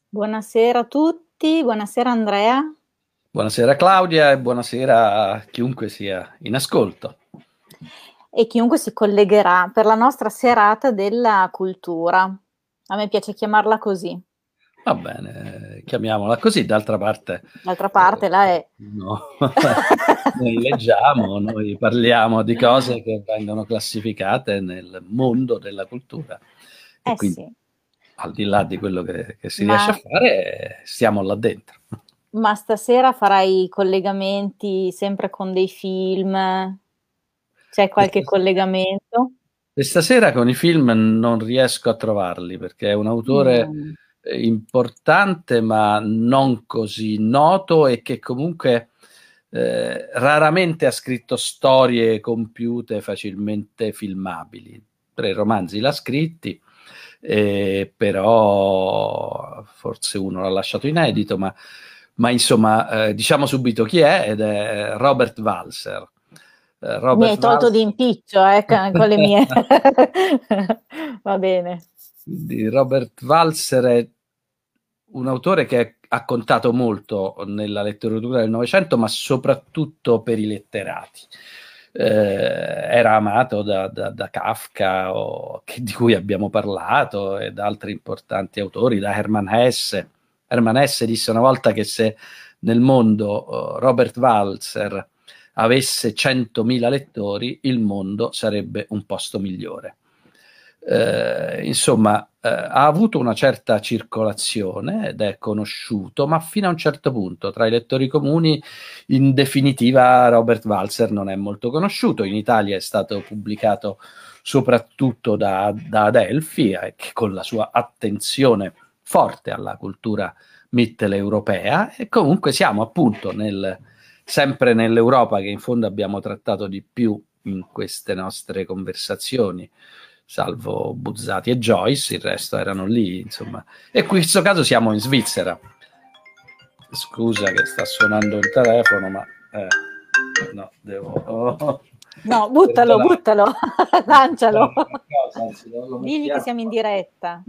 Buonasera a tutti, buonasera Andrea Buonasera Claudia e buonasera a chiunque sia in ascolto. e chiunque si collegherà per la nostra serata della cultura. A me piace chiamarla così. Va bene, chiamiamola così, d'altra parte D'altra parte, là è... no. Noi leggiamo, noi parliamo di cose che vengono classificate nel mondo della cultura e Eh quindi sì, al di là di quello che si riesce a ma, fare, stiamo là dentro. ma stasera farai collegamenti sempre con dei film? C'è qualche Questa collegamento? Questa sera con i film non riesco a trovarli perché è un autore Mm. importante ma non così noto e che comunque raramente ha scritto storie compiute facilmente filmabili. Tre romanzi l'ha scritti, però forse uno l'ha lasciato inedito, ma insomma diciamo subito chi è ed è Robert Walser. Mi Robert hai tolto Walser d'impiccio, con le mie... Va bene. di Robert Walser è un autore che ha contato molto nella letteratura del Novecento, ma soprattutto per i letterati. Era amato da Kafka, di cui abbiamo parlato, e da altri importanti autori, da Hermann Hesse. Hermann Hesse disse una volta che se nel mondo Robert Walser avesse 100.000 lettori, il mondo sarebbe un posto migliore. Insomma, ha avuto una certa circolazione ed è conosciuto, ma fino a un certo punto tra i lettori comuni, in definitiva, Robert Walser non è molto conosciuto. In Italia è stato pubblicato soprattutto da Adelphi, che con la sua attenzione forte alla cultura mitteleuropea, e comunque siamo appunto sempre nell'Europa che in fondo abbiamo trattato di più in queste nostre conversazioni, salvo Buzzati e Joyce, il resto erano lì, insomma. E in questo caso siamo in Svizzera. Scusa che sta suonando il telefono, ma no, devo... No, buttalo, Perdonate. buttalo, lancialo. Una cosa, anzi, lo Digli che mettiamo. siamo in diretta.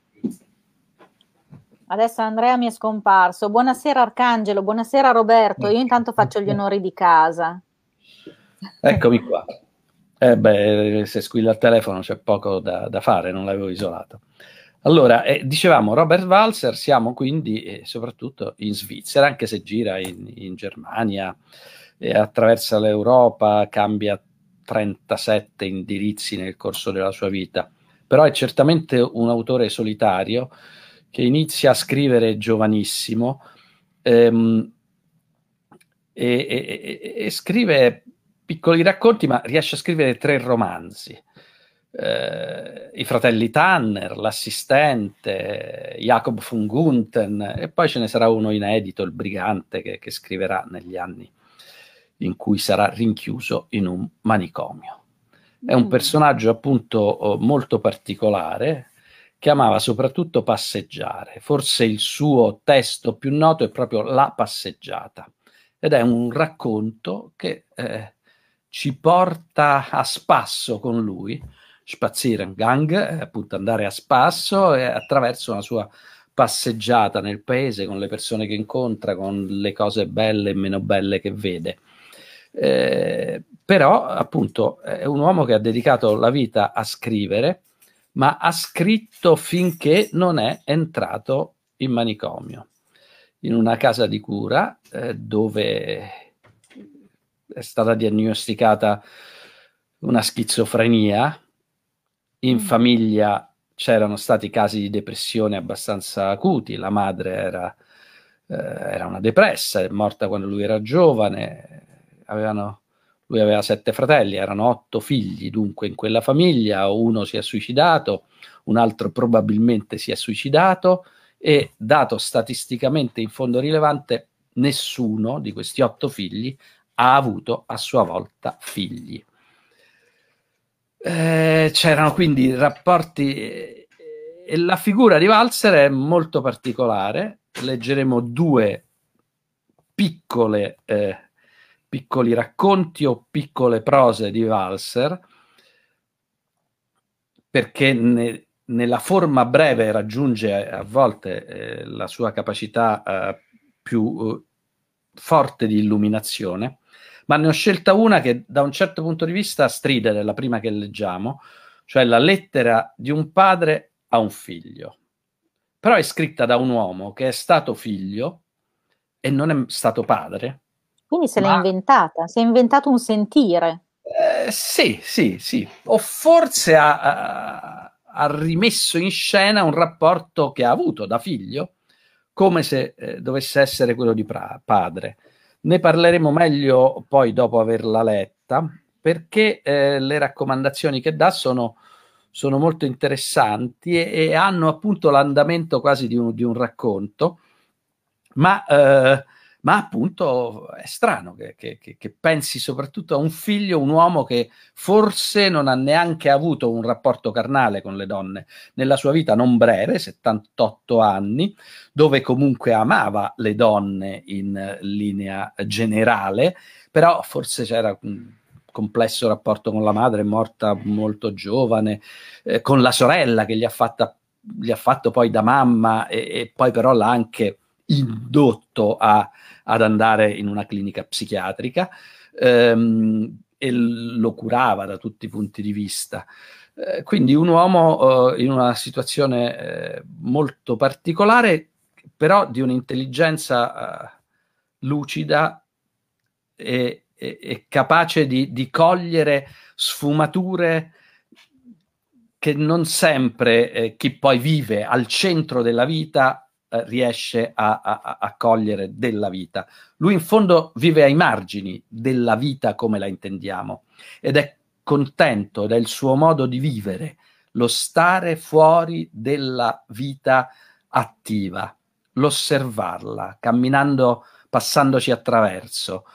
Adesso Andrea mi è scomparso. Buonasera Arcangelo, buonasera Roberto. Io intanto faccio gli onori di casa. Eccomi qua. Beh, se squilla il telefono c'è poco da fare, non l'avevo isolato. Allora, dicevamo Robert Walser, siamo quindi soprattutto in Svizzera, anche se gira in Germania, attraversa l'Europa, cambia 37 indirizzi nel corso della sua vita, però è certamente un autore solitario che inizia a scrivere giovanissimo, ehm, e scrive piccoli racconti, ma riesce a scrivere tre romanzi. I fratelli Tanner, l'assistente, Jacob von Gunthen, e poi ce ne sarà uno inedito, il brigante, che scriverà negli anni in cui sarà rinchiuso in un manicomio. È un Mm. personaggio appunto molto particolare che amava soprattutto passeggiare. Forse il suo testo più noto è proprio La passeggiata ed è un racconto che ci porta a spasso con lui, Spaziergang, appunto andare a spasso attraverso una sua passeggiata nel paese con le persone che incontra, con le cose belle e meno belle che vede. Però appunto è un uomo che ha dedicato la vita a scrivere, ma ha scritto finché non è entrato in manicomio, in una casa di cura dove è stata diagnosticata una schizofrenia. In Mm. famiglia c'erano stati casi di depressione abbastanza acuti, la madre era una depressa, è morta quando lui era giovane, lui aveva 7 fratelli, erano 8 figli dunque in quella famiglia, uno si è suicidato, un altro probabilmente si è suicidato e dato statisticamente in fondo rilevante, nessuno di questi 8 figli ha avuto a sua volta figli. C'erano quindi rapporti e la figura di Walser è molto particolare. Leggeremo due piccole, piccoli racconti o piccole prose di Walser perché nella forma breve raggiunge a volte la sua capacità più forte di illuminazione, ma ne ho scelta una che da un certo punto di vista stride della prima che leggiamo, cioè la lettera di un padre a un figlio. Però è scritta da un uomo che è stato figlio e non è stato padre. Quindi se l'è Ma inventata, si è inventato un sentire. sì, sì, sì. O forse ha rimesso in scena un rapporto che ha avuto da figlio, come se dovesse essere quello di padre. Ne parleremo meglio poi dopo averla letta, perché le raccomandazioni che dà sono molto interessanti e hanno appunto l'andamento quasi di un racconto, ma appunto è strano che pensi soprattutto a un figlio, un uomo che forse non ha neanche avuto un rapporto carnale con le donne nella sua vita non breve, 78 anni, dove comunque amava le donne in linea generale, però forse c'era un complesso rapporto con la madre, morta molto giovane, con la sorella che gli ha fatto poi da mamma e poi però l'ha anche indotto ad andare in una clinica psichiatrica e lo curava da tutti i punti di vista. Quindi un uomo in una situazione molto particolare, però di un'intelligenza lucida e capace di cogliere sfumature che non sempre chi poi vive al centro della vita riesce a cogliere della vita. Lui in fondo vive ai margini della vita come la intendiamo ed è contento del suo modo di vivere, lo stare fuori della vita attiva, l'osservarla, camminando, passandoci attraverso,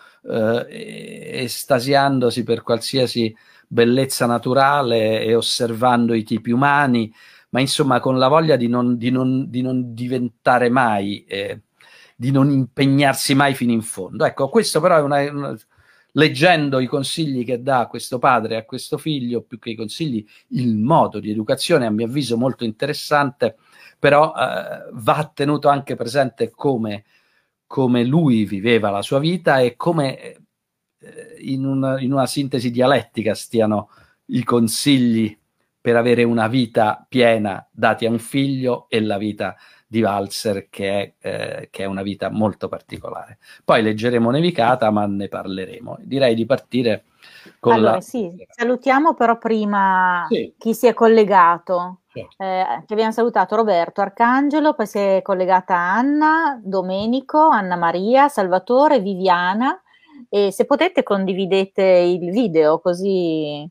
estasiandosi per qualsiasi bellezza naturale e osservando i tipi umani, ma insomma con la voglia di non diventare mai, di non impegnarsi mai fino in fondo. Ecco, questo però è leggendo i consigli che dà questo padre a questo figlio, più che i consigli, il modo di educazione, a mio avviso molto interessante, però va tenuto anche presente come lui viveva la sua vita e come in una sintesi dialettica stiano i consigli per avere una vita piena dati a un figlio e la vita di Walzer che è una vita molto particolare. Poi leggeremo Nevicata, ma ne parleremo. Direi di partire con allora, sì, salutiamo però prima sì, chi si è collegato. certo. Che abbiamo salutato Roberto Arcangelo, poi si è collegata Anna, Domenico, Anna Maria, Salvatore, Viviana. E se potete condividete il video così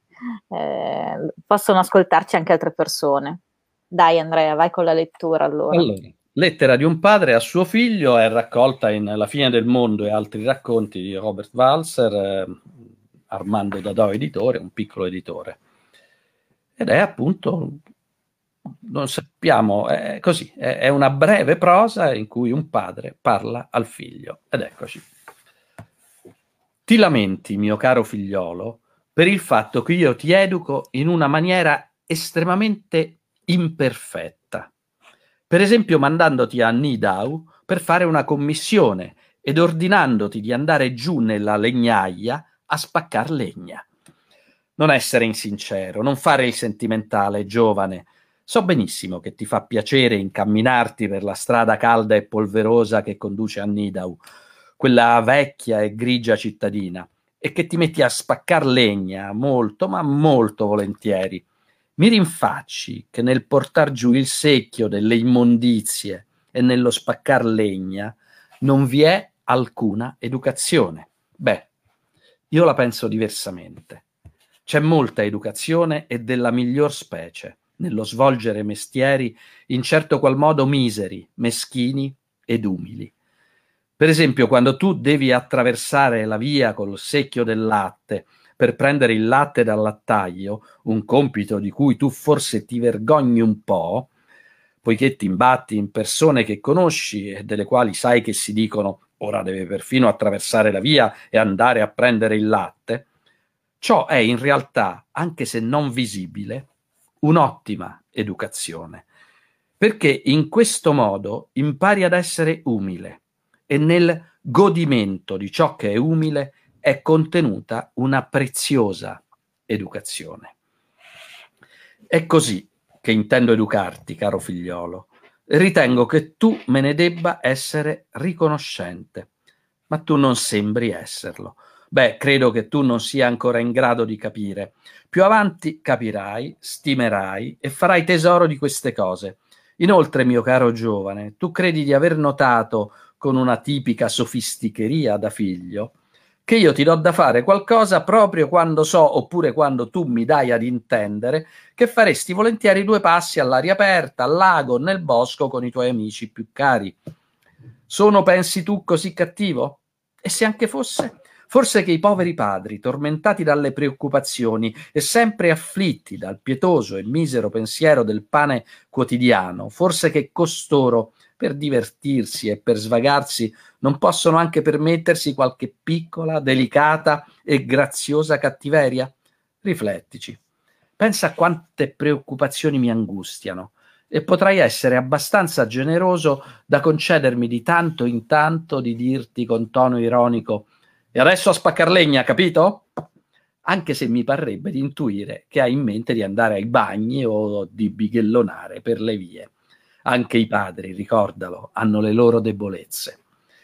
possono ascoltarci anche altre persone. Dai Andrea, vai con la lettura allora. Allora, lettera di un padre a suo figlio è raccolta in La fine del mondo e altri racconti di Robert Walser, Armando Dadò editore, un piccolo editore. Ed è appunto, non sappiamo, è così, è una breve prosa in cui un padre parla al figlio. Ed eccoci. Ti lamenti, mio caro figliolo, per il fatto che io ti educo in una maniera estremamente imperfetta. Per esempio mandandoti a Nidau per fare una commissione ed ordinandoti di andare giù nella legnaia a spaccar legna. Non essere insincero, non fare il sentimentale, giovane. So benissimo che ti fa piacere incamminarti per la strada calda e polverosa che conduce a Nidau, quella vecchia e grigia cittadina, e che ti metti a spaccar legna molto, ma molto volentieri. Mi rinfacci che nel portar giù il secchio delle immondizie e nello spaccar legna non vi è alcuna educazione. Beh, io la penso diversamente. C'è molta educazione e della miglior specie nello svolgere mestieri in certo qual modo miseri, meschini ed umili. Per esempio, quando tu devi attraversare la via col secchio del latte per prendere il latte dal lattaio, un compito di cui tu forse ti vergogni un po', poiché ti imbatti in persone che conosci e delle quali sai che si dicono ora deve perfino attraversare la via e andare a prendere il latte, ciò è in realtà, anche se non visibile, un'ottima educazione, perché in questo modo impari ad essere umile e nel godimento di ciò che è umile è contenuta una preziosa educazione. È così che intendo educarti, caro figliolo. Ritengo che tu me ne debba essere riconoscente, ma tu non sembri esserlo. Beh, credo che tu non sia ancora in grado di capire. Più avanti capirai, stimerai e farai tesoro di queste cose. Inoltre, mio caro giovane, tu credi di aver notato, con una tipica sofisticheria da figlio, che io ti do da fare qualcosa proprio quando so, oppure quando tu mi dai ad intendere, che faresti volentieri 2 passi all'aria aperta, al lago, nel bosco con i tuoi amici più cari. Sono, pensi tu, così cattivo? E se anche fosse? Forse che i poveri padri, tormentati dalle preoccupazioni e sempre afflitti dal pietoso e misero pensiero del pane quotidiano, forse che costoro, per divertirsi e per svagarsi, non possono anche permettersi qualche piccola, delicata e graziosa cattiveria? Riflettici. Pensa a quante preoccupazioni mi angustiano e potrai essere abbastanza generoso da concedermi di tanto in tanto di dirti con tono ironico: e adesso a spaccar legna, capito? Anche se mi parrebbe di intuire che hai in mente di andare ai bagni o di bighellonare per le vie. Anche i padri, ricordalo, hanno le loro debolezze.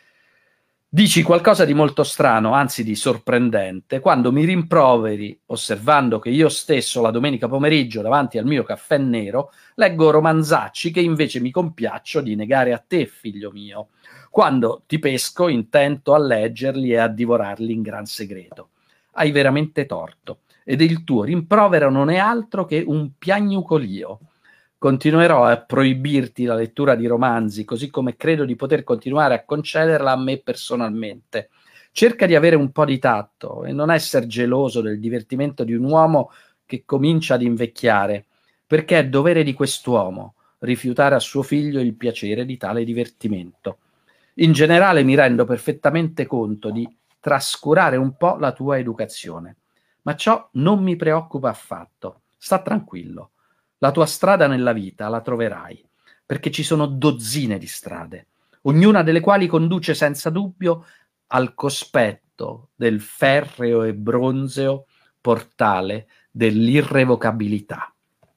Dici qualcosa di molto strano, anzi di sorprendente, quando mi rimproveri, osservando che io stesso la domenica pomeriggio davanti al mio caffè nero leggo romanzacci che invece mi compiaccio di negare a te, figlio mio, quando ti pesco intento a leggerli e a divorarli in gran segreto. Hai veramente torto, ed il tuo rimprovero non è altro che un piagnucolio. Continuerò a proibirti la lettura di romanzi, così come credo di poter continuare a concederla a me personalmente. Cerca di avere un po' di tatto e non essere geloso del divertimento di un uomo che comincia ad invecchiare, perché è dovere di quest'uomo rifiutare a suo figlio il piacere di tale divertimento. In generale mi rendo perfettamente conto di trascurare un po' la tua educazione, ma ciò non mi preoccupa affatto. Sta tranquillo. La tua strada nella vita la troverai, perché ci sono dozzine di strade, ognuna delle quali conduce senza dubbio al cospetto del ferreo e bronzeo portale dell'irrevocabilità.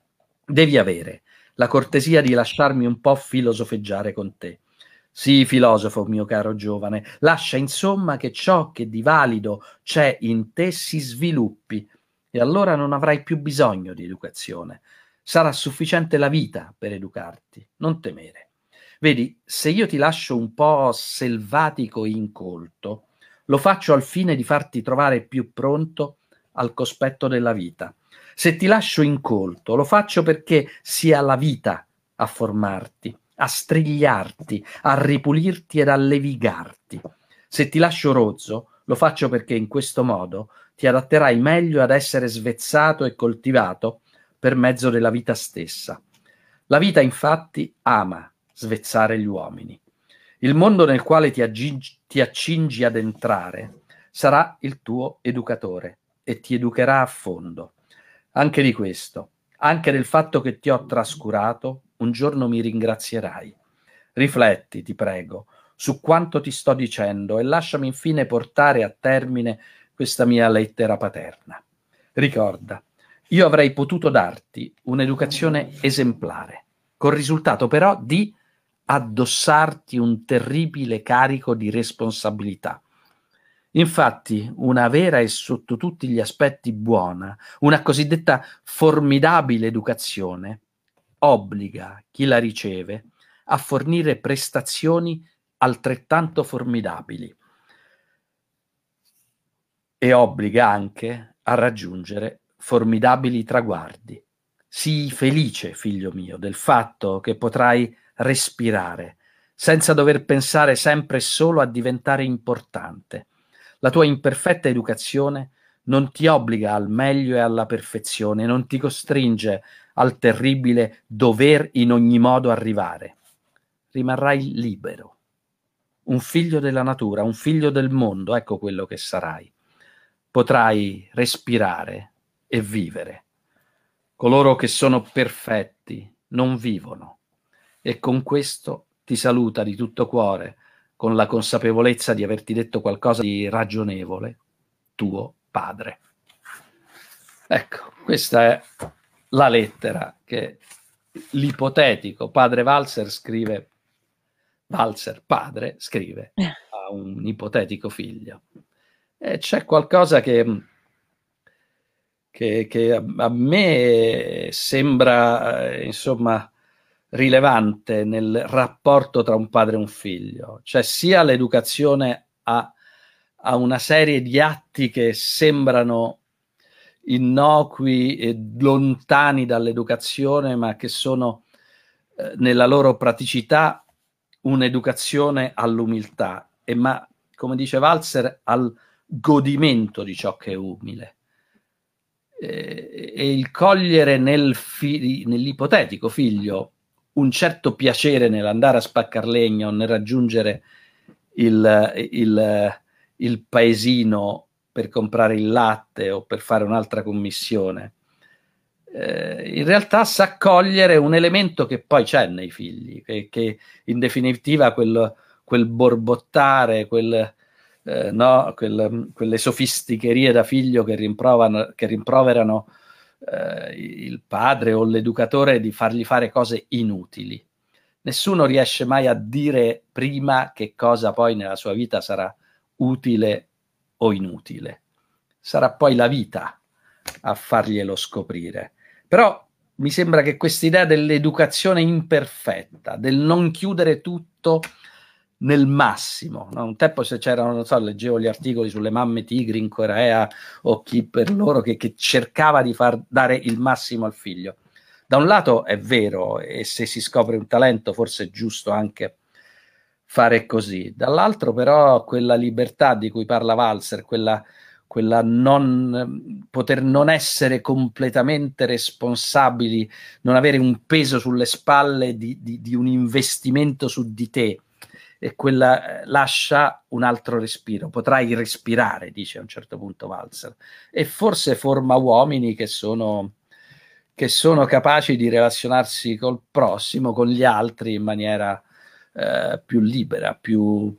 Devi avere la cortesia di lasciarmi un po' filosofeggiare con te. Sì, filosofo, mio caro giovane, lascia insomma che ciò che di valido c'è in te si sviluppi, e allora non avrai più bisogno di educazione. Sarà sufficiente la vita per educarti, non temere. Vedi, se io ti lascio un po' selvatico e incolto, lo faccio al fine di farti trovare più pronto al cospetto della vita. Se ti lascio incolto, lo faccio perché sia la vita a formarti, a strigliarti, a ripulirti ed a levigarti. Se ti lascio rozzo, lo faccio perché in questo modo ti adatterai meglio ad essere svezzato e coltivato per mezzo della vita stessa. La vita, infatti, ama svezzare gli uomini. Il mondo nel quale ti accingi ad entrare sarà il tuo educatore e ti educherà a fondo. Anche di questo, anche del fatto che ti ho trascurato, un giorno mi ringrazierai. Rifletti, ti prego, su quanto ti sto dicendo e lasciami infine portare a termine questa mia lettera paterna. Ricorda, io avrei potuto darti un'educazione esemplare, col risultato però di addossarti un terribile carico di responsabilità. Infatti, una vera e sotto tutti gli aspetti buona, una cosiddetta formidabile educazione, obbliga chi la riceve a fornire prestazioni altrettanto formidabili e obbliga anche a raggiungere formidabili traguardi. Sii felice, figlio mio, del fatto che potrai respirare senza dover pensare sempre solo a diventare importante. La tua imperfetta educazione non ti obbliga al meglio e alla perfezione, non ti costringe al terribile dover in ogni modo arrivare. Rimarrai libero, un figlio della natura, un figlio del mondo, ecco quello che sarai. Potrai respirare e vivere. Coloro che sono perfetti non vivono, e con questo ti saluta di tutto cuore, con la consapevolezza di averti detto qualcosa di ragionevole, tuo padre. Ecco, questa è la lettera che l'ipotetico padre Walser scrive, Walser padre scrive a un ipotetico figlio. E c'è qualcosa che a me sembra, insomma, rilevante nel rapporto tra un padre e un figlio, cioè sia l'educazione a una serie di atti che sembrano innocui e lontani dall'educazione, ma che sono nella loro praticità un'educazione all'umiltà, ma come dice Walser, al godimento di ciò che è umile. E il cogliere nell'ipotetico figlio un certo piacere nell'andare a spaccar legno, nel raggiungere il paesino per comprare il latte o per fare un'altra commissione, in realtà sa cogliere un elemento che poi c'è nei figli, che in definitiva quel borbottare, no, quelle sofisticherie da figlio che rimproverano il padre o l'educatore di fargli fare cose inutili. Nessuno riesce mai a dire prima che cosa poi nella sua vita sarà utile o inutile. Sarà poi la vita a farglielo scoprire. Però mi sembra che quest'idea dell'educazione imperfetta, del non chiudere tutto nel massimo, no? Un tempo se c'erano, non so, leggevo gli articoli sulle mamme tigri in Corea o chi per loro che cercava di far dare il massimo al figlio. Da un lato è vero, e se si scopre un talento forse è giusto anche fare così, dall'altro però quella libertà di cui parla Walser, quella poter non essere completamente responsabili, non avere un peso sulle spalle di un investimento su di te, e quella lascia un altro respiro, potrai respirare, dice a un certo punto Walser, e forse forma uomini che sono capaci di relazionarsi col prossimo, con gli altri in maniera più libera, più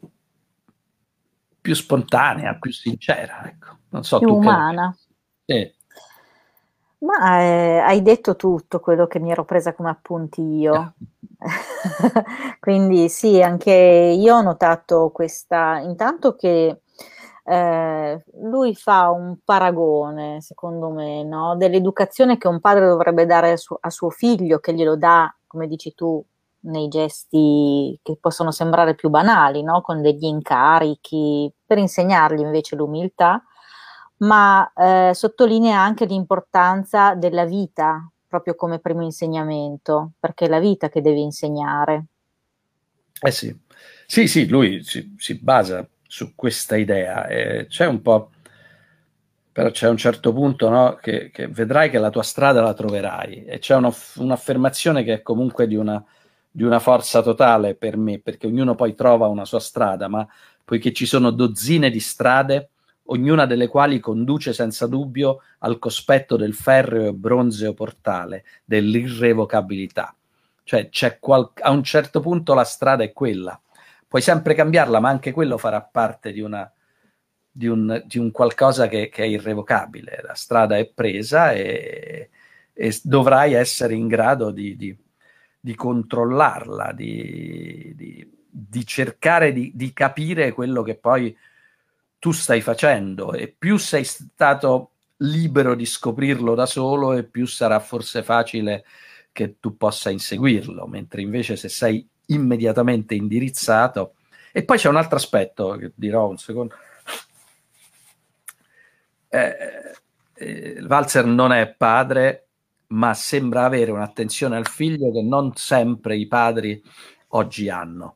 spontanea, più sincera, ecco. Non so più tu che ne umana. pensi. Ma hai detto tutto quello che mi ero presa come appunti io. Quindi sì, anche io ho notato questa, intanto che lui fa un paragone, secondo me, no? Dell'educazione che un padre dovrebbe dare a suo figlio, che glielo dà, come dici tu, nei gesti che possono sembrare più banali, no? Con degli incarichi, per insegnargli invece l'umiltà, ma sottolinea anche l'importanza della vita, proprio come primo insegnamento, perché è la vita che deve insegnare. Eh sì, sì, sì, lui si basa su questa idea. C'è un po', però c'è un certo punto, no, che vedrai che la tua strada la troverai, e c'è un'affermazione che è comunque di una forza totale per me, perché ognuno poi trova una sua strada, ma poiché ci sono dozzine di strade, ognuna delle quali conduce senza dubbio al cospetto del ferreo e bronzeo portale dell'irrevocabilità. Cioè a un certo punto la strada è quella, puoi sempre cambiarla, ma anche quello farà parte di un qualcosa che è irrevocabile. La strada è presa, e dovrai essere in grado di controllarla, di cercare di capire quello che poi tu stai facendo, e più sei stato libero di scoprirlo da solo, e più sarà forse facile che tu possa inseguirlo, mentre invece se sei immediatamente indirizzato. E poi c'è un altro aspetto che dirò un secondo. Walser non è padre, ma sembra avere un'attenzione al figlio che non sempre i padri oggi hanno.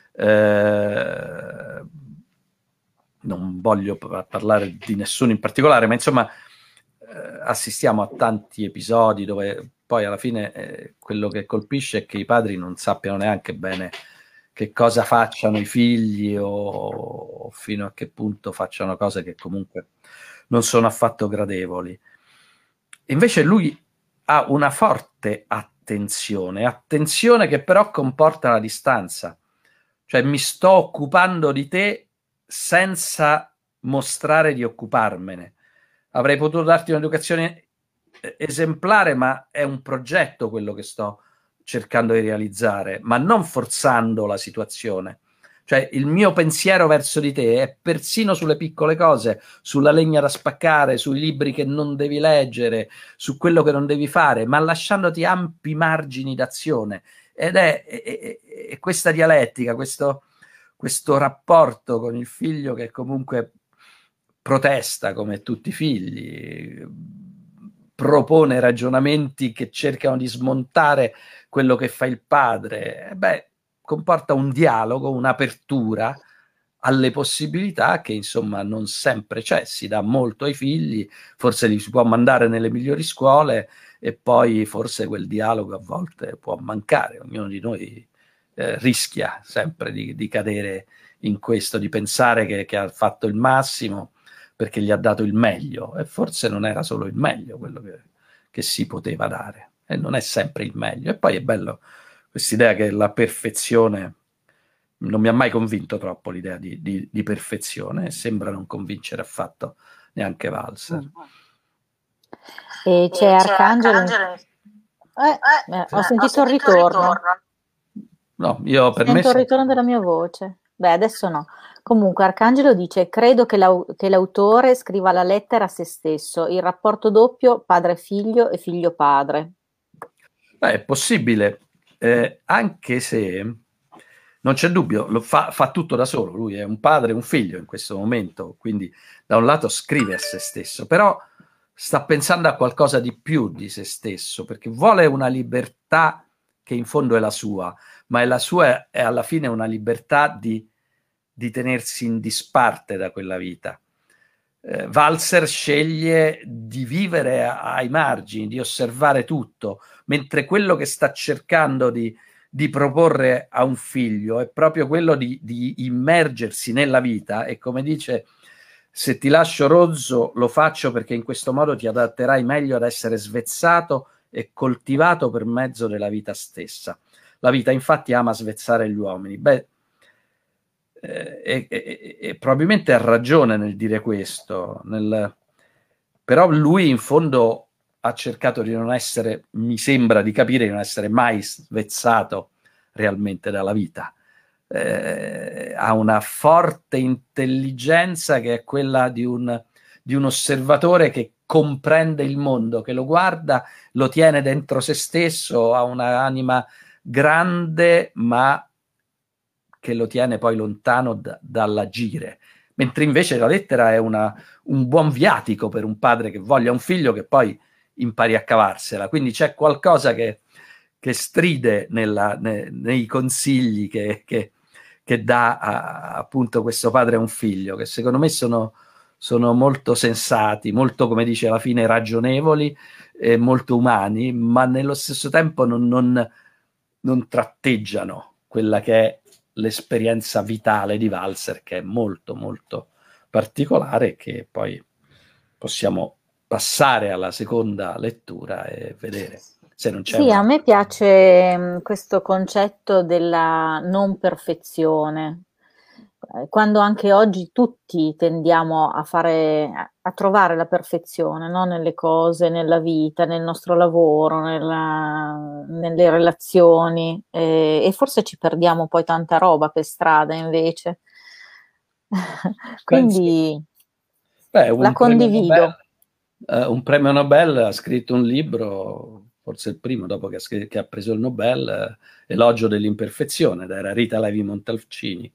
Non voglio parlare di nessuno in particolare, ma insomma assistiamo a tanti episodi dove poi alla fine quello che colpisce è che i padri non sappiano neanche bene che cosa facciano i figli, o fino a che punto facciano cose che comunque non sono affatto gradevoli. Invece lui ha una forte attenzione che però comporta la distanza. Cioè mi sto occupando di te senza mostrare di occuparmene. Avrei potuto darti un'educazione esemplare, ma è un progetto quello che sto cercando di realizzare, ma non forzando la situazione. Cioè il mio pensiero verso di te è persino sulle piccole cose, sulla legna da spaccare, sui libri che non devi leggere, su quello che non devi fare, ma lasciandoti ampi margini d'azione. Ed è questa dialettica, questo rapporto con il figlio che comunque protesta come tutti i figli, propone ragionamenti che cercano di smontare quello che fa il padre, comporta un dialogo, un'apertura alle possibilità che insomma non sempre c'è, si dà molto ai figli, forse li si può mandare nelle migliori scuole e poi forse quel dialogo a volte può mancare, ognuno di noi rischia sempre di cadere in questo, di pensare che ha fatto il massimo perché gli ha dato il meglio, e forse non era solo il meglio quello che si poteva dare, e non è sempre il meglio. E poi è bello quest'idea che la perfezione, non mi ha mai convinto troppo l'idea di perfezione, e sembra non convincere affatto neanche Walser. E c'è Arcangelo. Ho sentito il ritorno. No, io per me sento il ritorno della mia voce. Beh, adesso no. Comunque Arcangelo dice: credo che l'autore scriva la lettera a se stesso, il rapporto doppio padre-figlio e figlio-padre. È possibile, anche se non c'è dubbio, fa tutto da solo, lui è un padre e un figlio in questo momento, quindi da un lato scrive a se stesso, però sta pensando a qualcosa di più di se stesso, perché vuole una libertà che in fondo è la sua, ma la sua è alla fine una libertà di tenersi in disparte da quella vita. Walser sceglie di vivere ai margini, di osservare tutto, mentre quello che sta cercando di proporre a un figlio è proprio quello di immergersi nella vita, e come dice: se ti lascio rozzo lo faccio perché in questo modo ti adatterai meglio ad essere svezzato e coltivato per mezzo della vita stessa. La vita infatti ama svezzare gli uomini. E probabilmente ha ragione nel dire questo, però lui in fondo ha cercato di non essere, mi sembra di capire, di non essere mai svezzato realmente dalla vita. Ha una forte intelligenza che è quella di un osservatore che comprende il mondo, che lo guarda, lo tiene dentro se stesso, ha un'anima grande, ma che lo tiene poi lontano dall'agire. Mentre invece la lettera è un buon viatico per un padre che voglia un figlio che poi impari a cavarsela. Quindi c'è qualcosa che stride nei consigli che dà appunto questo padre a un figlio, che secondo me sono molto sensati, molto, come dice alla fine, ragionevoli e molto umani, ma nello stesso tempo non tratteggiano quella che è l'esperienza vitale di Walser, che è molto molto particolare, che poi possiamo passare alla seconda lettura e vedere se non c'è Sì, a me piace questo concetto della non perfezione, quando anche oggi tutti tendiamo a trovare la perfezione, no? Nelle cose, nella vita, nel nostro lavoro, nelle relazioni, e forse ci perdiamo poi tanta roba per strada invece. Quindi la condivido. Un premio Nobel ha scritto un libro, forse il primo dopo che ha preso il Nobel, Elogio dell'imperfezione, ed era Rita Levi Montalcini.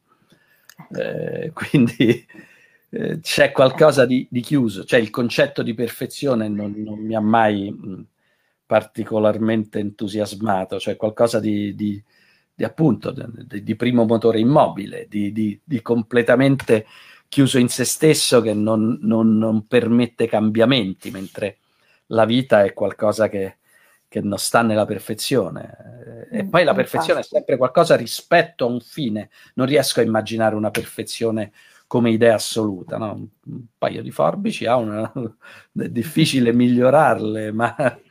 Quindi c'è qualcosa di chiuso, cioè il concetto di perfezione non mi ha mai particolarmente entusiasmato, cioè qualcosa appunto di primo motore immobile, di completamente chiuso in se stesso, che non permette cambiamenti, mentre la vita è qualcosa che non sta nella perfezione. E poi la perfezione è sempre qualcosa rispetto a un fine. Non riesco a immaginare una perfezione come idea assoluta, no? Un paio di forbici è difficile migliorarle, ma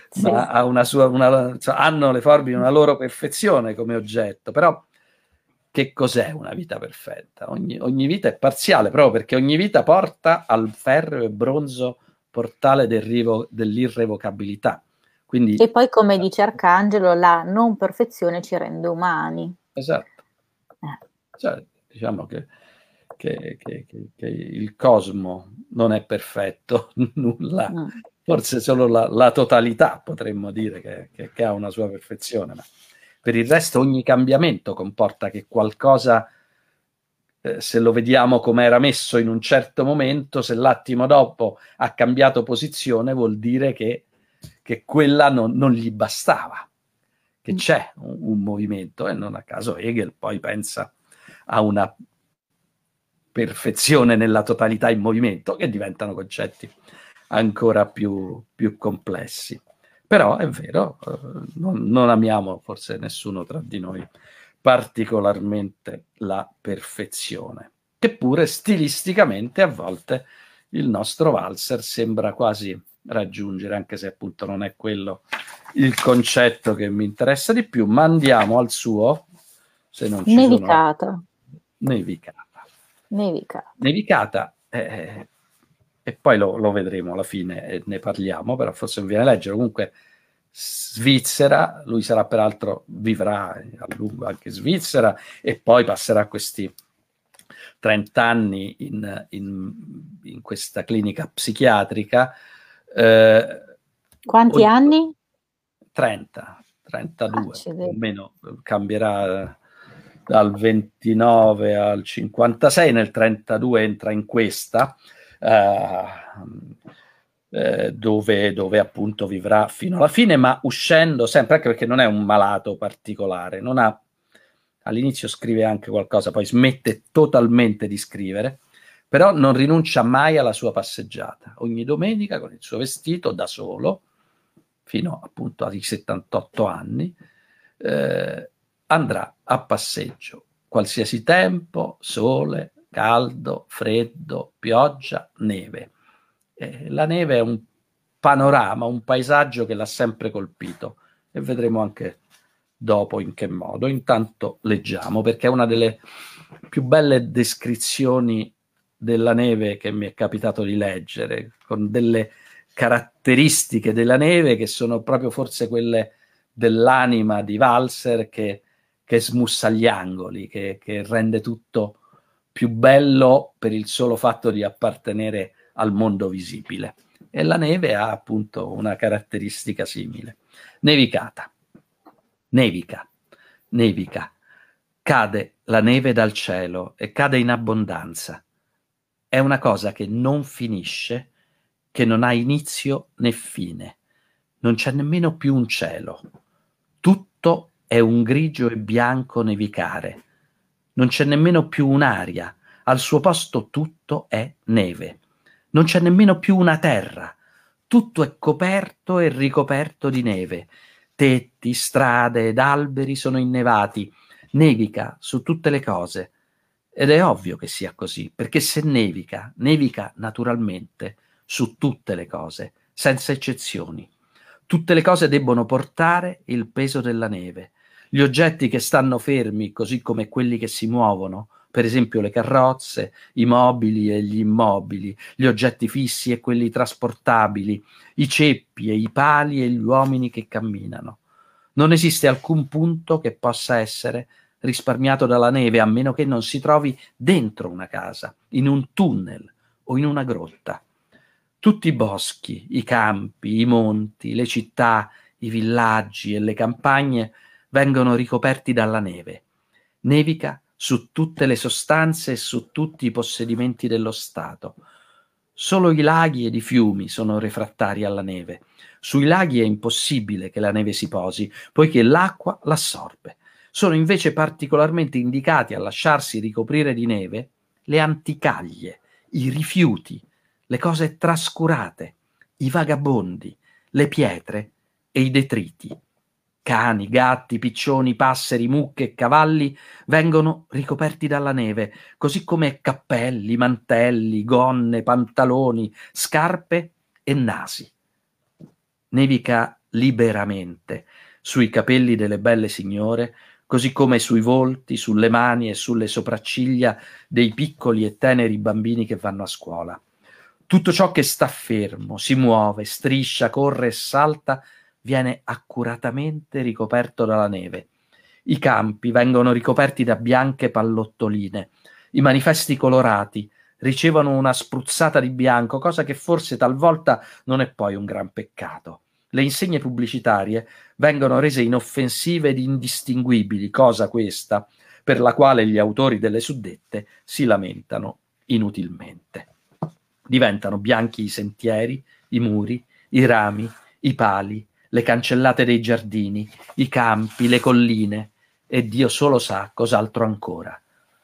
Sì. ma ha hanno le forbici una loro perfezione come oggetto, però che cos'è una vita perfetta? Ogni vita è parziale, proprio perché ogni vita porta al ferreo e bronzo portale dell'irrevocabilità. Quindi, E poi, come dice Arcangelo, la non perfezione ci rende umani. esatto. Eh. Cioè, diciamo che il cosmo non è perfetto, nulla, forse solo la totalità potremmo dire che ha una sua perfezione, ma per il resto ogni cambiamento comporta che qualcosa, se lo vediamo come era messo in un certo momento, se l'attimo dopo ha cambiato posizione, vuol dire che quella non gli bastava, che c'è un movimento, e non a caso Hegel poi pensa a una perfezione nella totalità in movimento, che diventano concetti ancora più complessi. Però è vero, non amiamo forse nessuno tra di noi particolarmente la perfezione, che pure stilisticamente a volte il nostro valzer sembra quasi raggiungere, anche se appunto non è quello il concetto che mi interessa di più, ma andiamo al suo, se non ci Nevicata. Nevicata. Nevicata. Nevicata, e poi lo vedremo alla fine e ne parliamo, però forse non viene a leggere. Comunque Svizzera, lui sarà peraltro, vivrà a lungo anche in Svizzera e poi passerà questi 30 anni in questa clinica psichiatrica. Quanti anni? 30, 32, più o Accidenti. meno cambierà dal 29 al 56, nel 32 entra in questa, dove appunto vivrà fino alla fine, ma uscendo sempre, anche perché non è un malato particolare, non ha, all'inizio scrive anche qualcosa, poi smette totalmente di scrivere, però non rinuncia mai alla sua passeggiata, ogni domenica con il suo vestito da solo, fino appunto ai 78 anni, andrà a passeggio, qualsiasi tempo, sole, caldo, freddo, pioggia, neve. La neve è un panorama, un paesaggio che l'ha sempre colpito e vedremo anche dopo in che modo. Intanto leggiamo, perché è una delle più belle descrizioni della neve che mi è capitato di leggere, con delle caratteristiche della neve che sono proprio forse quelle dell'anima di Walser che smussa gli angoli, che rende tutto più bello per il solo fatto di appartenere al mondo visibile. E la neve ha appunto una caratteristica simile. Nevicata. Nevica. Nevica. Cade la neve dal cielo e cade in abbondanza. È una cosa che non finisce, che non ha inizio né fine. Non c'è nemmeno più un cielo. Tutto è un grigio e bianco nevicare. Non c'è nemmeno più un'aria. Al suo posto tutto è neve. Non c'è nemmeno più una terra. Tutto è coperto e ricoperto di neve. Tetti, strade ed alberi sono innevati. Nevica su tutte le cose. Ed è ovvio che sia così, perché se nevica, nevica naturalmente su tutte le cose, senza eccezioni. Tutte le cose debbono portare il peso della neve. Gli oggetti che stanno fermi, così come quelli che si muovono, per esempio le carrozze, i mobili e gli immobili, gli oggetti fissi e quelli trasportabili, i ceppi e i pali e gli uomini che camminano. Non esiste alcun punto che possa essere risparmiato dalla neve, a meno che non si trovi dentro una casa, in un tunnel o in una grotta. Tutti i boschi, i campi, i monti, le città, i villaggi e le campagne vengono ricoperti dalla neve. Nevica su tutte le sostanze e su tutti i possedimenti dello Stato. Solo i laghi ed i fiumi sono refrattari alla neve. Sui laghi è impossibile che la neve si posi, poiché l'acqua l'assorbe. Sono invece particolarmente indicati a lasciarsi ricoprire di neve le anticaglie, i rifiuti, le cose trascurate, i vagabondi, le pietre e i detriti. Cani, gatti, piccioni, passeri, mucche e cavalli vengono ricoperti dalla neve, così come cappelli, mantelli, gonne, pantaloni, scarpe e nasi. Nevica liberamente sui capelli delle belle signore, così come sui volti, sulle mani e sulle sopracciglia dei piccoli e teneri bambini che vanno a scuola. Tutto ciò che sta fermo, si muove, striscia, corre e salta, viene accuratamente ricoperto dalla neve. I campi vengono ricoperti da bianche pallottoline. I manifesti colorati ricevono una spruzzata di bianco, cosa che forse talvolta non è poi un gran peccato. Le insegne pubblicitarie vengono rese inoffensive ed indistinguibili, cosa questa per la quale gli autori delle suddette si lamentano inutilmente. Diventano bianchi i sentieri, i muri, i rami, i pali, le cancellate dei giardini, i campi, le colline e Dio solo sa cos'altro ancora.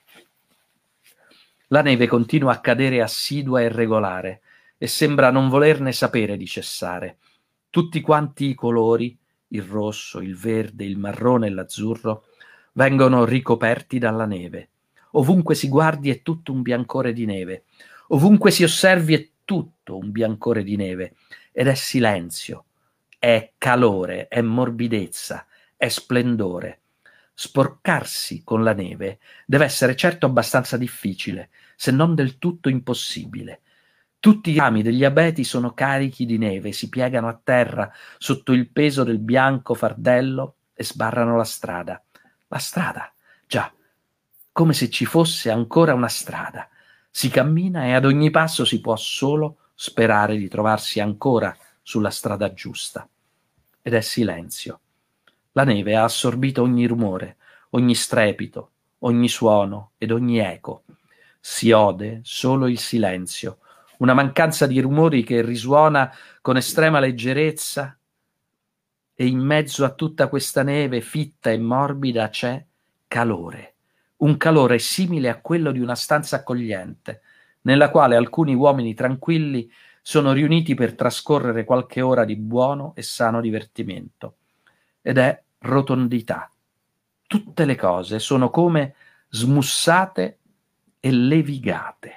La neve continua a cadere assidua e regolare e sembra non volerne sapere di cessare. Tutti quanti i colori, il rosso, il verde, il marrone e l'azzurro, vengono ricoperti dalla neve. Ovunque si guardi è tutto un biancore di neve. Ovunque si osservi è tutto un biancore di neve. Ed è silenzio, è calore, è morbidezza, è splendore. Sporcarsi con la neve deve essere certo abbastanza difficile, se non del tutto impossibile. Tutti i rami degli abeti sono carichi di neve, si piegano a terra sotto il peso del bianco fardello e sbarrano la strada. La strada, già, come se ci fosse ancora una strada. Si cammina e ad ogni passo si può solo sperare di trovarsi ancora sulla strada giusta. Ed è silenzio. La neve ha assorbito ogni rumore, ogni strepito, ogni suono ed ogni eco. Si ode solo il silenzio, una mancanza di rumori che risuona con estrema leggerezza, e in mezzo a tutta questa neve fitta e morbida c'è calore, un calore simile a quello di una stanza accogliente, nella quale alcuni uomini tranquilli sono riuniti per trascorrere qualche ora di buono e sano divertimento. Ed è rotondità. Tutte le cose sono come smussate e levigate.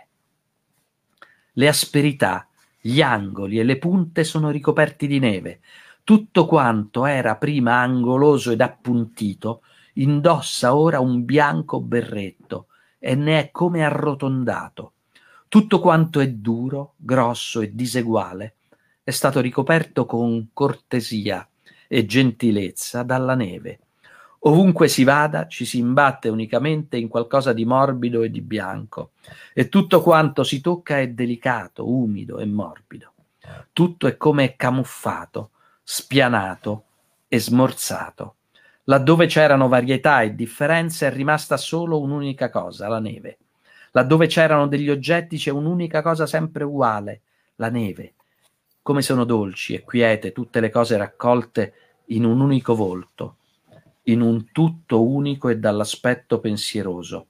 Le asperità, gli angoli e le punte sono ricoperti di neve. Tutto quanto era prima angoloso ed appuntito indossa ora un bianco berretto e ne è come arrotondato. Tutto quanto è duro, grosso e diseguale è stato ricoperto con cortesia e gentilezza dalla neve. Ovunque si vada ci si imbatte unicamente in qualcosa di morbido e di bianco, e tutto quanto si tocca è delicato, umido e morbido. Tutto è come camuffato, spianato e smorzato. Laddove c'erano varietà e differenze è rimasta solo un'unica cosa, la neve. Laddove c'erano degli oggetti c'è un'unica cosa sempre uguale, la neve. Come sono dolci e quiete tutte le cose raccolte in un unico volto, in un tutto unico e dall'aspetto pensieroso.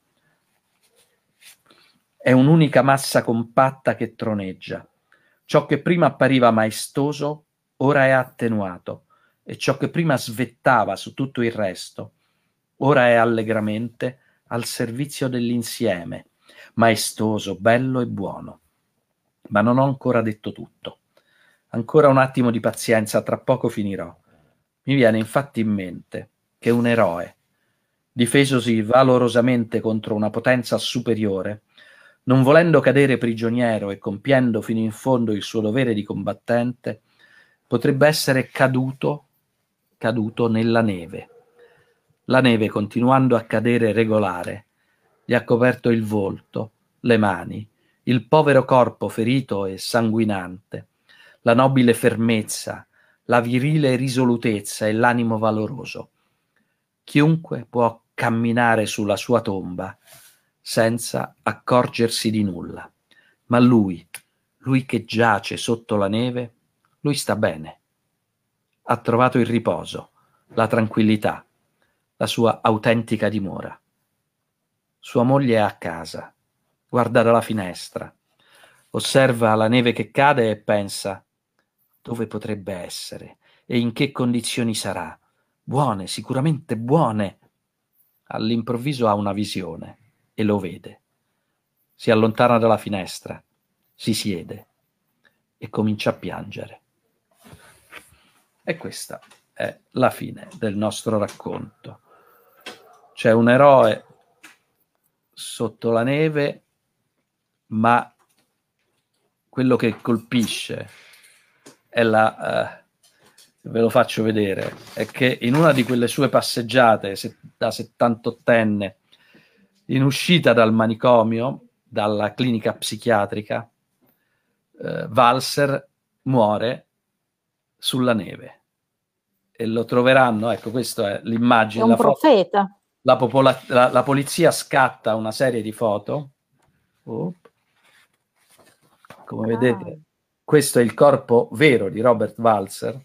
È un'unica massa compatta che troneggia. Ciò che prima appariva maestoso ora è attenuato, e ciò che prima svettava su tutto il resto ora è allegramente al servizio dell'insieme, maestoso, bello e buono. Ma non ho ancora detto tutto. Ancora un attimo di pazienza, tra poco finirò. Mi viene infatti in mente che un eroe, difesosi valorosamente contro una potenza superiore, non volendo cadere prigioniero e compiendo fino in fondo il suo dovere di combattente, potrebbe essere caduto nella neve. La neve, continuando a cadere regolare, gli ha coperto il volto, le mani, il povero corpo ferito e sanguinante, la nobile fermezza, la virile risolutezza e l'animo valoroso. Chiunque può camminare sulla sua tomba senza accorgersi di nulla, ma lui che giace sotto la neve, lui sta bene. Ha trovato il riposo, la tranquillità, la sua autentica dimora. Sua moglie è a casa, guarda dalla finestra, osserva la neve che cade e pensa: dove potrebbe essere e in che condizioni sarà? Buone, sicuramente buone. All'improvviso ha una visione e lo vede. Si allontana dalla finestra, si siede e comincia a piangere. E questa è la fine del nostro racconto. C'è un eroe sotto la neve, ma quello che colpisce è ve lo faccio vedere, è che in una di quelle sue passeggiate da 78enne, in uscita dal manicomio, dalla clinica psichiatrica, Walser muore sulla neve e lo troveranno, ecco, questa è l'immagine, È un profeta. la polizia scatta una serie di foto. Come vedete, questo è il corpo vero di Robert Walser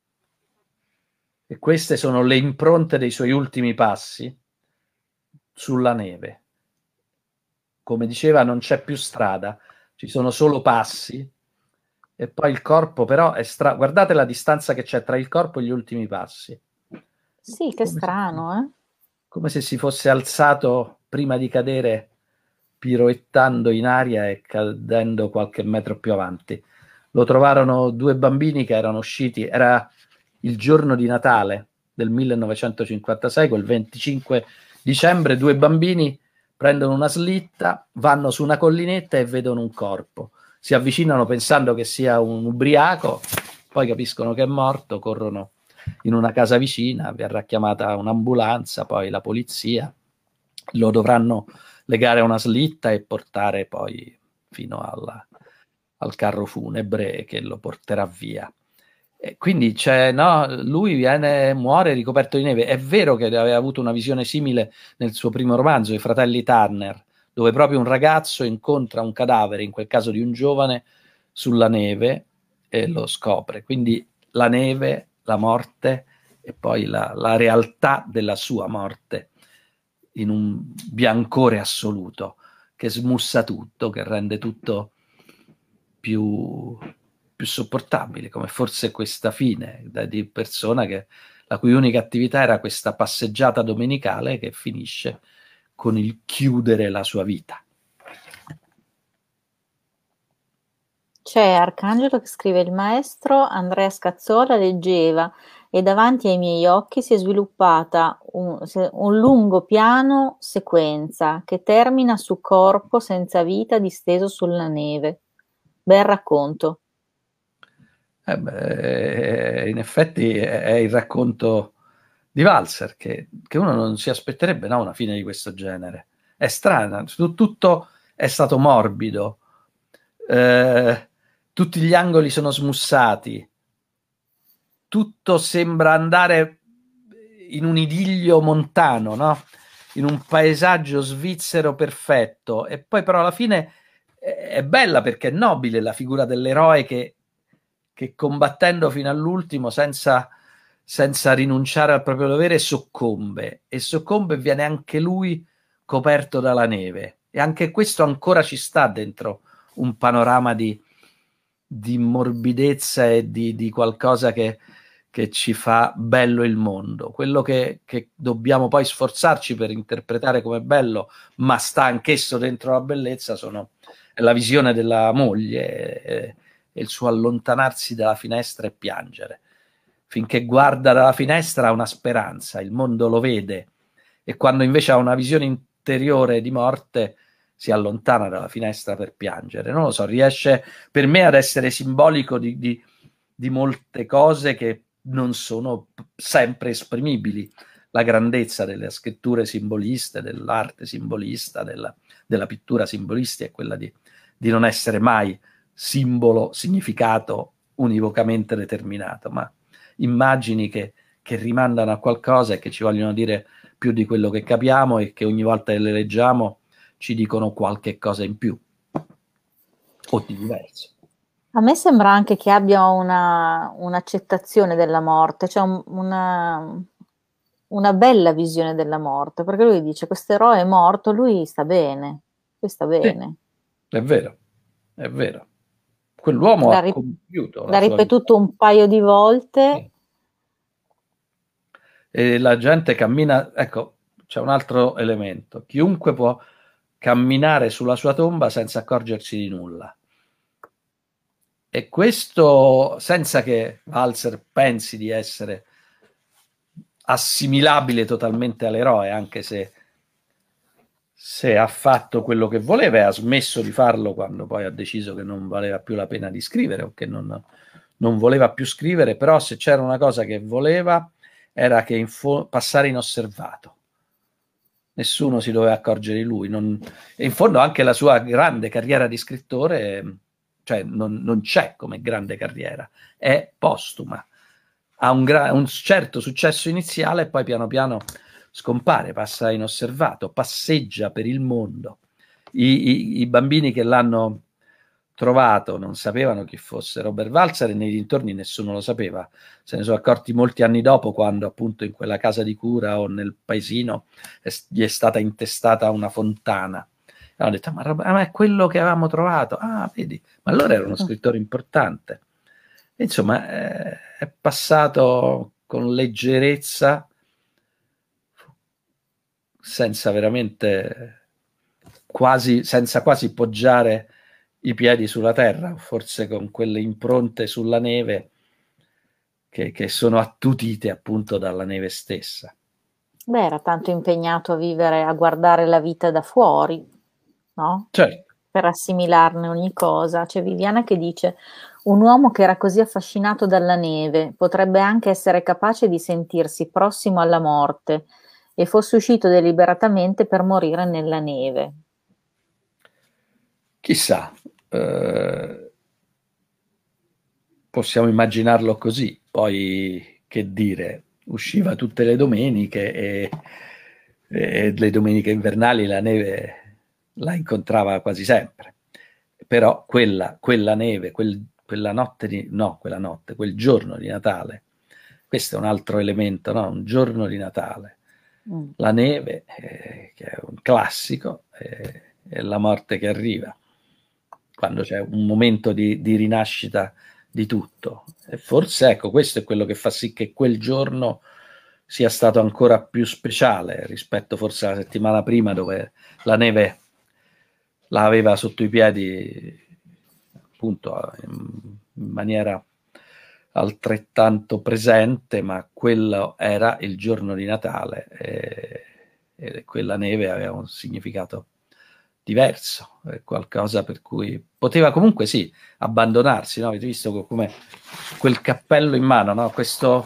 e queste sono le impronte dei suoi ultimi passi sulla neve. Come diceva, non c'è più strada, ci sono solo passi e poi il corpo però è guardate la distanza che c'è tra il corpo e gli ultimi passi. Sì, che strano, come se si fosse alzato prima di cadere, piroettando in aria e cadendo qualche metro più avanti. Lo trovarono due bambini che erano usciti, era il giorno di Natale del 1956, quel 25 dicembre, due bambini prendono una slitta, vanno su una collinetta e vedono un corpo. Si avvicinano pensando che sia un ubriaco, poi capiscono che è morto, corrono in una casa vicina, verrà chiamata un'ambulanza, poi la polizia, lo dovranno legare a una slitta e portare poi fino al carro funebre che lo porterà via. E quindi lui muore ricoperto di neve. È vero che aveva avuto una visione simile nel suo primo romanzo, I fratelli Turner, dove proprio un ragazzo incontra un cadavere, in quel caso di un giovane, sulla neve e lo scopre. Quindi la neve, la morte e poi la realtà della sua morte in un biancore assoluto che smussa tutto, che rende tutto più sopportabile, come forse questa fine di persona la cui unica attività era questa passeggiata domenicale che finisce con il chiudere la sua vita. C'è Arcangelo che scrive: il maestro Andrea Scazzola leggeva e davanti ai miei occhi si è sviluppata un lungo piano sequenza che termina su corpo senza vita disteso sulla neve. Bel racconto. In effetti è il racconto di Walser che uno non si aspetterebbe, no, una fine di questo genere. È strana, tutto è stato morbido, tutti gli angoli sono smussati, tutto sembra andare in un idillio montano, no? In un paesaggio svizzero perfetto, e poi però alla fine è bella perché è nobile la figura dell'eroe che combattendo fino all'ultimo senza rinunciare al proprio dovere soccombe e viene anche lui coperto dalla neve, e anche questo ancora ci sta dentro un panorama di morbidezza e di qualcosa che ci fa bello il mondo, quello che dobbiamo poi sforzarci per interpretare come bello, ma sta anch'esso dentro la bellezza, è la visione della moglie e il suo allontanarsi dalla finestra e piangere. Finché guarda dalla finestra ha una speranza, il mondo lo vede, e quando invece ha una visione interiore di morte si allontana dalla finestra per piangere. Non lo so, riesce per me ad essere simbolico di molte cose che non sono sempre esprimibili. La grandezza delle scritture simboliste, dell'arte simbolista, della pittura simbolistica è quella di non essere mai simbolo, significato univocamente determinato, ma immagini che rimandano a qualcosa e che ci vogliono dire più di quello che capiamo, e che ogni volta che le leggiamo ci dicono qualche cosa in più o di diverso. A me sembra anche che abbia un'accettazione della morte, cioè una bella visione della morte, perché lui dice: questo eroe è morto, lui sta bene, Sì, è vero, è vero. Quell'uomo ha compiuto l'ha ripetuto un paio di volte. Sì. E la gente cammina, ecco, c'è un altro elemento: chiunque può camminare sulla sua tomba senza accorgersi di nulla. E questo senza che Walzer pensi di essere assimilabile totalmente all'eroe, anche se ha fatto quello che voleva e ha smesso di farlo quando poi ha deciso che non valeva più la pena di scrivere o che non voleva più scrivere, però se c'era una cosa che voleva era che passare inosservato. Nessuno si doveva accorgere di lui. E in fondo anche la sua grande carriera di scrittore, cioè non c'è come grande carriera, è postuma. Ha un certo successo iniziale e poi piano piano scompare, passa inosservato, passeggia per il mondo. I bambini che l'hanno trovato non sapevano chi fosse Robert Walzer e nei dintorni nessuno lo sapeva. Se ne sono accorti molti anni dopo, quando appunto in quella casa di cura o nel paesino gli è stata intestata una fontana. E hanno detto, ma è quello che avevamo trovato. Ah, vedi, ma allora era uno scrittore importante. E, insomma, è passato con leggerezza, senza veramente senza quasi poggiare i piedi sulla terra, forse con quelle impronte sulla neve che sono attutite appunto dalla neve stessa. Beh, era tanto impegnato a vivere, a guardare la vita da fuori, no? Certo. Per assimilarne ogni cosa. C'è Viviana che dice: un uomo che era così affascinato dalla neve potrebbe anche essere capace di sentirsi prossimo alla morte e fosse uscito deliberatamente per morire nella neve. Chissà, possiamo immaginarlo così. Poi, che dire, usciva tutte le domeniche e le domeniche invernali la neve la incontrava quasi sempre. Però quella neve, quella notte, quel giorno di Natale, questo è un altro elemento, no? Un giorno di Natale. La neve, che è un classico, è la morte che arriva, quando c'è un momento di rinascita di tutto. E forse, ecco, questo è quello che fa sì che quel giorno sia stato ancora più speciale rispetto forse alla settimana prima, dove la neve la aveva sotto i piedi appunto in maniera altrettanto presente, ma quello era il giorno di Natale e quella neve aveva un significato diverso, qualcosa per cui poteva comunque sì abbandonarsi, no? Avete visto come quel cappello in mano, no? Questo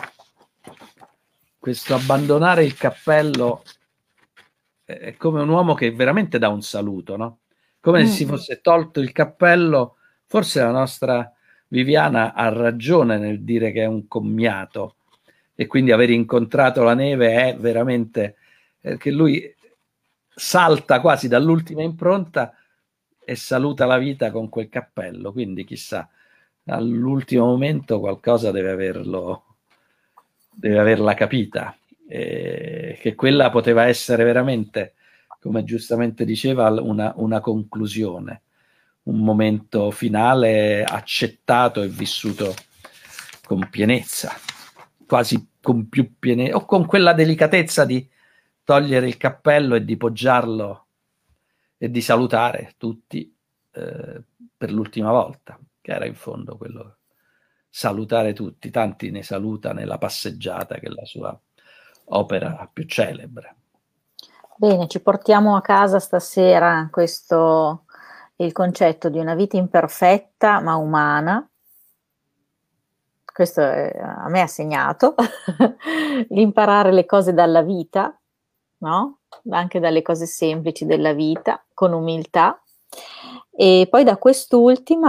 abbandonare il cappello è come un uomo che veramente dà un saluto, no? Come se si fosse tolto il cappello. Forse la nostra Viviana ha ragione nel dire che è un commiato e quindi aver incontrato la neve è veramente che lui salta quasi dall'ultima impronta e saluta la vita con quel cappello, quindi chissà, all'ultimo momento qualcosa deve averla capita, che quella poteva essere veramente, come giustamente diceva, una conclusione, un momento finale accettato e vissuto con pienezza, quasi con più pienezza, o con quella delicatezza di togliere il cappello e di poggiarlo e di salutare tutti per l'ultima volta, che era in fondo quello, salutare tutti. Tanti ne saluta nella passeggiata, che è la sua opera più celebre. Bene, ci portiamo a casa stasera questo il concetto di una vita imperfetta ma umana. Questo a me ha segnato l'imparare le cose dalla vita, no? Anche dalle cose semplici della vita, con umiltà. E poi da quest'ultimo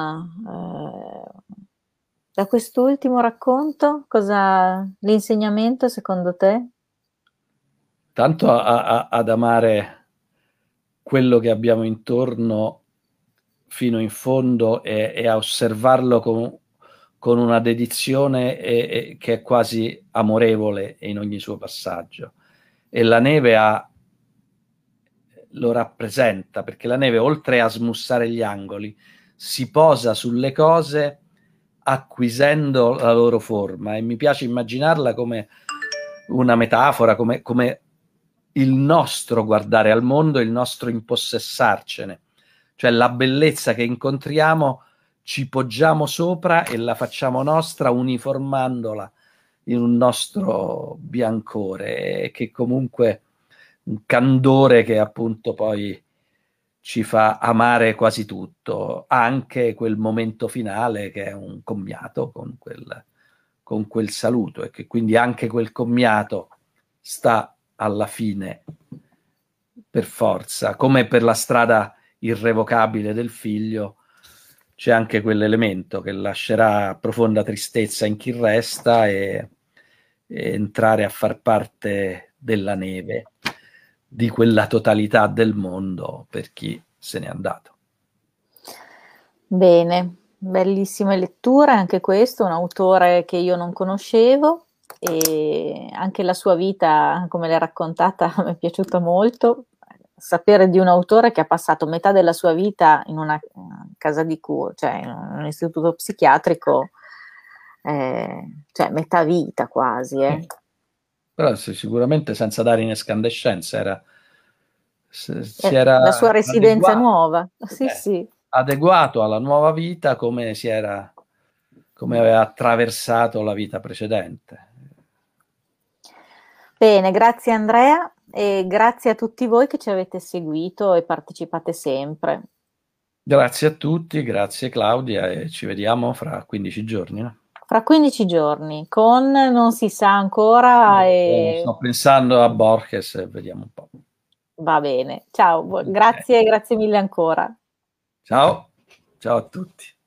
racconto, l'insegnamento secondo te? Tanto ad amare quello che abbiamo intorno fino in fondo e a osservarlo con una dedizione che è quasi amorevole in ogni suo passaggio. E la neve lo rappresenta, perché la neve, oltre a smussare gli angoli, si posa sulle cose acquisendo la loro forma, e mi piace immaginarla come una metafora, come il nostro guardare al mondo, il nostro impossessarcene, cioè la bellezza che incontriamo ci poggiamo sopra e la facciamo nostra uniformandola in un nostro biancore, e che comunque un candore che appunto poi ci fa amare quasi tutto, anche quel momento finale che è un commiato con quel saluto, e che quindi anche quel commiato sta alla fine per forza, come per la strada irrevocabile del figlio. C'è anche quell'elemento che lascerà profonda tristezza in chi resta, e entrare a far parte della neve, di quella totalità del mondo per chi se n'è andato. Bene, bellissime letture, anche questo, un autore che io non conoscevo, e anche la sua vita, come l'hai raccontata, mi è piaciuta molto. Sapere di un autore che ha passato metà della sua vita in una casa di cura, cioè in un istituto psichiatrico, cioè metà vita quasi. Però sicuramente senza dare in escandescenza, si era La sua residenza nuova, sì, sì. adeguato alla nuova vita, come aveva attraversato la vita precedente. Bene, grazie Andrea, e grazie a tutti voi che ci avete seguito e partecipate sempre. Grazie a tutti, grazie Claudia, e ci vediamo fra 15 giorni. No? Fra 15 giorni, con non si sa ancora. Sto pensando a Borges e vediamo un po'. Va bene, ciao, grazie, grazie mille ancora. Ciao, ciao a tutti.